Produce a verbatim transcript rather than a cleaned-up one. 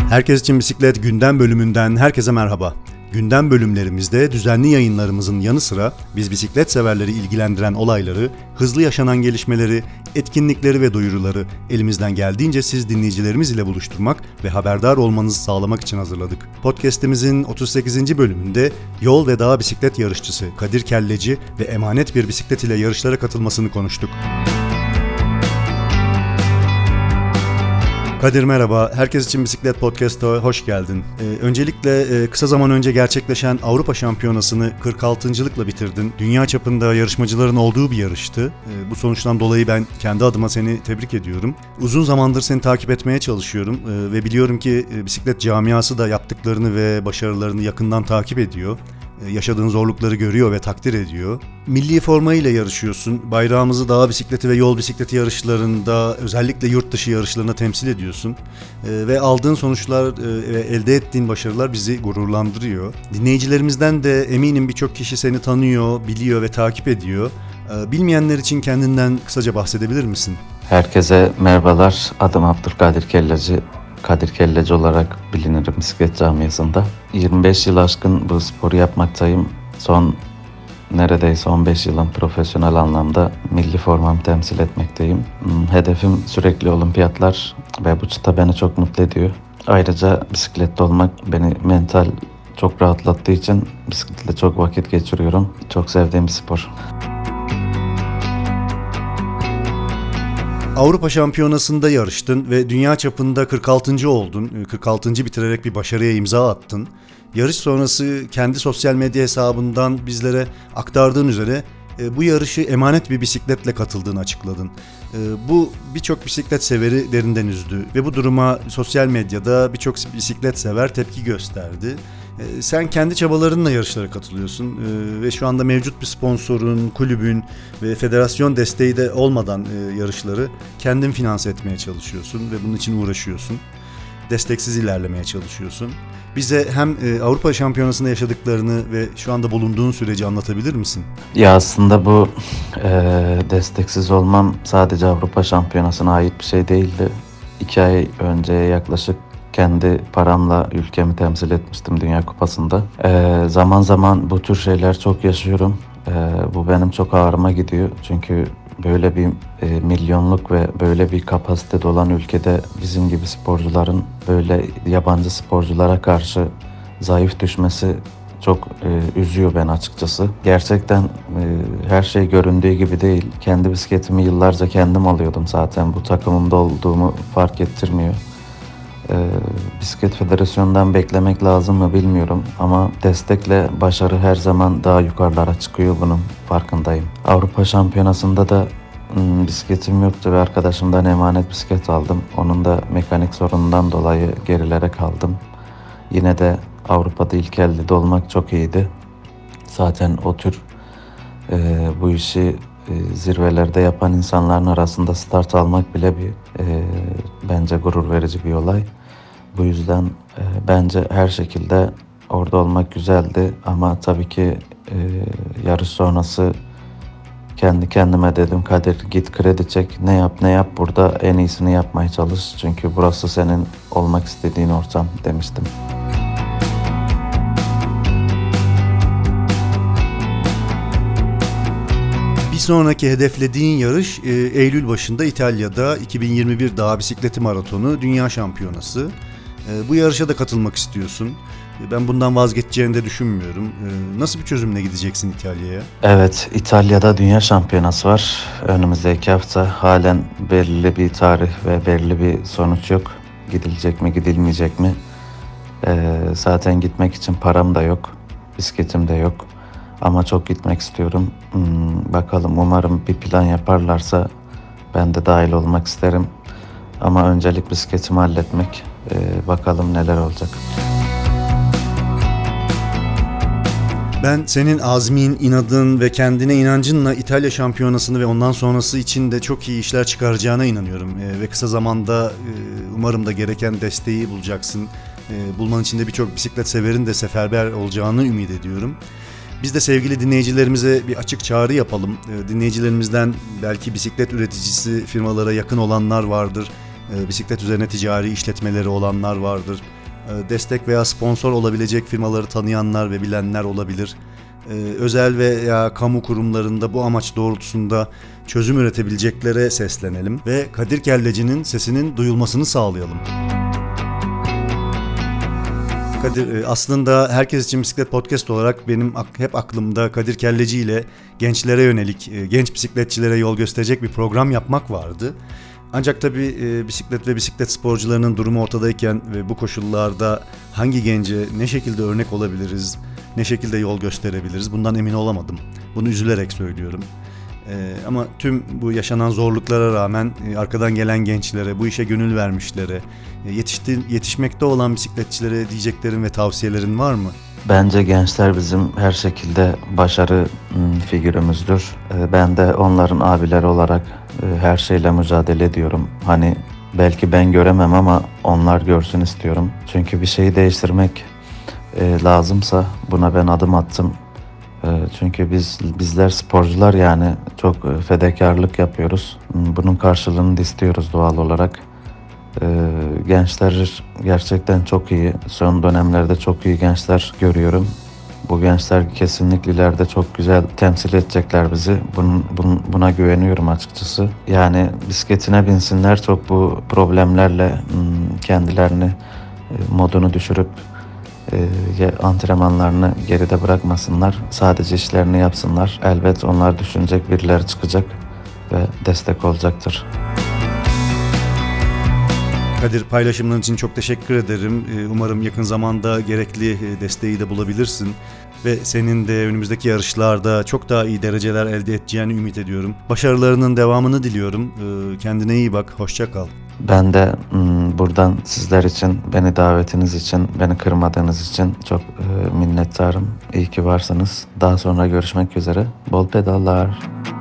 Herkes için Bisiklet gündem bölümünden herkese merhaba. Gündem bölümlerimizde düzenli yayınlarımızın yanı sıra biz bisiklet severleri ilgilendiren olayları, hızlı yaşanan gelişmeleri, etkinlikleri ve duyuruları elimizden geldiğince siz dinleyicilerimiz ile buluşturmak ve haberdar olmanızı sağlamak için hazırladık. Podcast'imizin otuz sekizinci bölümünde yol ve dağ bisiklet yarışçısı Kadir Kelleci ve emanet bir bisiklet ile yarışlara katılmasını konuştuk. Kadir merhaba, Herkes için Bisiklet Podcast'a hoş geldin. Ee, öncelikle e, kısa zaman önce gerçekleşen Avrupa Şampiyonası'nı kırk altıncılıkla bitirdin. Dünya çapında yarışmacıların olduğu bir yarıştı. Ee, bu sonuçtan dolayı ben kendi adıma seni tebrik ediyorum. Uzun zamandır seni takip etmeye çalışıyorum ee, ve biliyorum ki e, bisiklet camiası da yaptıklarını ve başarılarını yakından takip ediyor. Yaşadığın zorlukları görüyor ve takdir ediyor. Milli formayla yarışıyorsun. Bayrağımızı dağ bisikleti ve yol bisikleti yarışlarında, özellikle yurt dışı yarışlarında temsil ediyorsun. Ee, ve aldığın sonuçlar e, ve elde ettiğin başarılar bizi gururlandırıyor. Dinleyicilerimizden de eminim birçok kişi seni tanıyor, biliyor ve takip ediyor. Ee, bilmeyenler için kendinden kısaca bahsedebilir misin? Herkese merhabalar. Adım Abdülkadir Kelleci. Kadir Kelleci olarak bilinirim bisiklet camiasında. yirmi beş yıl aşkın bu sporu yapmaktayım. Son neredeyse on beş yılın profesyonel anlamda milli formamı temsil etmekteyim. Hedefim sürekli olimpiyatlar ve bu çıta beni çok mutlu ediyor. Ayrıca bisiklette olmak beni mental çok rahatlattığı için bisikletle çok vakit geçiriyorum. Çok sevdiğim bir spor. Avrupa Şampiyonası'nda yarıştın ve dünya çapında kırk altıncı oldun. kırk altıncı bitirerek bir başarıya imza attın. Yarış sonrası kendi sosyal medya hesabından bizlere aktardığın üzere bu yarışı emanet bir bisikletle katıldığını açıkladın. Bu birçok bisiklet severi derinden üzdü ve bu duruma sosyal medyada birçok bisiklet sever tepki gösterdi. Sen kendi çabalarınla yarışlara katılıyorsun ve şu anda mevcut bir sponsorun, kulübün ve federasyon desteği de olmadan yarışları kendin finanse etmeye çalışıyorsun ve bunun için uğraşıyorsun. Desteksiz ilerlemeye çalışıyorsun. Bize hem Avrupa Şampiyonası'nda yaşadıklarını ve şu anda bulunduğun süreci anlatabilir misin? Ya aslında bu e, desteksiz olmam sadece Avrupa Şampiyonası'na ait bir şey değildi. İki ay önce yaklaşık kendi paramla ülkemi temsil etmiştim Dünya Kupası'nda. E, zaman zaman bu tür şeyler çok yaşıyorum. E, bu benim çok ağrıma gidiyor. Çünkü böyle bir e, milyonluk ve böyle bir kapasitede olan ülkede bizim gibi sporcuların böyle yabancı sporculara karşı zayıf düşmesi çok e, üzüyor beni açıkçası. Gerçekten e, her şey göründüğü gibi değil. Kendi bisikletimi yıllarca kendim alıyordum zaten. Bu takımımda olduğumu fark ettirmiyor. E, Bisiklet Federasyonu'ndan beklemek lazım mı bilmiyorum ama destekle başarı her zaman daha yukarılara çıkıyor, bunun farkındayım. Avrupa Şampiyonası'nda da ım, bisikletim yoktu ve arkadaşımdan emanet bisiklet aldım. Onun da mekanik sorunundan dolayı gerilere kaldım. Yine de Avrupa'da ilk elde olmak çok iyiydi. Zaten o tür e, bu işi e, zirvelerde yapan insanların arasında start almak bile bir e, bence gurur verici bir olay. Bu yüzden e, bence her şekilde orada olmak güzeldi ama tabii ki e, yarış sonrası kendi kendime dedim, Kadir git kredi çek, ne yap ne yap burada en iyisini yapmaya çalış. Çünkü burası senin olmak istediğin ortam demiştim. Bir sonraki hedeflediğin yarış e, Eylül başında İtalya'da iki bin yirmi bir Dağ Bisikleti Maratonu Dünya Şampiyonası. E, bu yarışa da katılmak istiyorsun. E, ben bundan vazgeçeceğini de düşünmüyorum. E, nasıl bir çözümle gideceksin İtalya'ya? Evet, İtalya'da Dünya Şampiyonası var. Önümüzdeki hafta halen belirli bir tarih ve belirli bir sonuç yok. Gidilecek mi, gidilmeyecek mi? E, zaten gitmek için param da yok, bisikletim de yok. Ama çok gitmek istiyorum. Hmm, bakalım, umarım bir plan yaparlarsa ben de dahil olmak isterim. Ama öncelik bisikletimi halletmek. Ee, bakalım neler olacak. Ben senin azmin, inadın ve kendine inancınla İtalya Şampiyonası'nı ve ondan sonrası için de çok iyi işler çıkaracağına inanıyorum. Ee, ve kısa zamanda e, umarım da gereken desteği bulacaksın. E, bulman için de birçok bisiklet severin de seferber olacağını ümit ediyorum. Biz de sevgili dinleyicilerimize bir açık çağrı yapalım. Dinleyicilerimizden belki bisiklet üreticisi firmalara yakın olanlar vardır. Bisiklet üzerine ticari işletmeleri olanlar vardır. e, destek veya sponsor olabilecek firmaları tanıyanlar ve bilenler olabilir. E, özel veya kamu kurumlarında bu amaç doğrultusunda çözüm üretebileceklere seslenelim ve Kadir Kelleci'nin sesinin duyulmasını sağlayalım. Kadir, aslında Herkes için Bisiklet Podcast olarak benim hep aklımda Kadir Kelleci ile gençlere yönelik, genç bisikletçilere yol gösterecek bir program yapmak vardı. Ancak tabii bisiklet ve bisiklet sporcularının durumu ortadayken ve bu koşullarda hangi gence ne şekilde örnek olabiliriz, ne şekilde yol gösterebiliriz bundan emin olamadım. Bunu üzülerek söylüyorum. Ee, ama tüm bu yaşanan zorluklara rağmen e, arkadan gelen gençlere, bu işe gönül vermişlere, e, yetişti, yetişmekte olan bisikletçilere diyeceklerin ve tavsiyelerin var mı? Bence gençler bizim her şekilde başarı figürümüzdür. Ben de onların abileri olarak her şeyle mücadele ediyorum. Hani belki ben göremem ama onlar görsün istiyorum. Çünkü bir şeyi değiştirmek lazımsa buna ben adım attım. Çünkü biz bizler sporcular yani çok fedakarlık yapıyoruz. Bunun karşılığını da istiyoruz doğal olarak. Gençler gerçekten çok iyi. Son dönemlerde çok iyi gençler görüyorum. Bu gençler kesinlikle ileride çok güzel temsil edecekler bizi. Bunun, bun, buna güveniyorum açıkçası. Yani bisikletine binsinler, çok bu problemlerle kendilerini, modunu düşürüp antrenmanlarını geride bırakmasınlar. Sadece işlerini yapsınlar. Elbet onlar düşünecek birileri çıkacak ve destek olacaktır. Kadir, paylaşımların için çok teşekkür ederim. Umarım yakın zamanda gerekli desteği de bulabilirsin. Ve senin de önümüzdeki yarışlarda çok daha iyi dereceler elde edeceğini ümit ediyorum. Başarılarının devamını diliyorum. Kendine iyi bak, hoşça kal. Ben de buradan sizler için, beni davetiniz için, beni kırmadığınız için çok minnettarım. İyi ki varsınız. Daha sonra görüşmek üzere. Bol pedallar.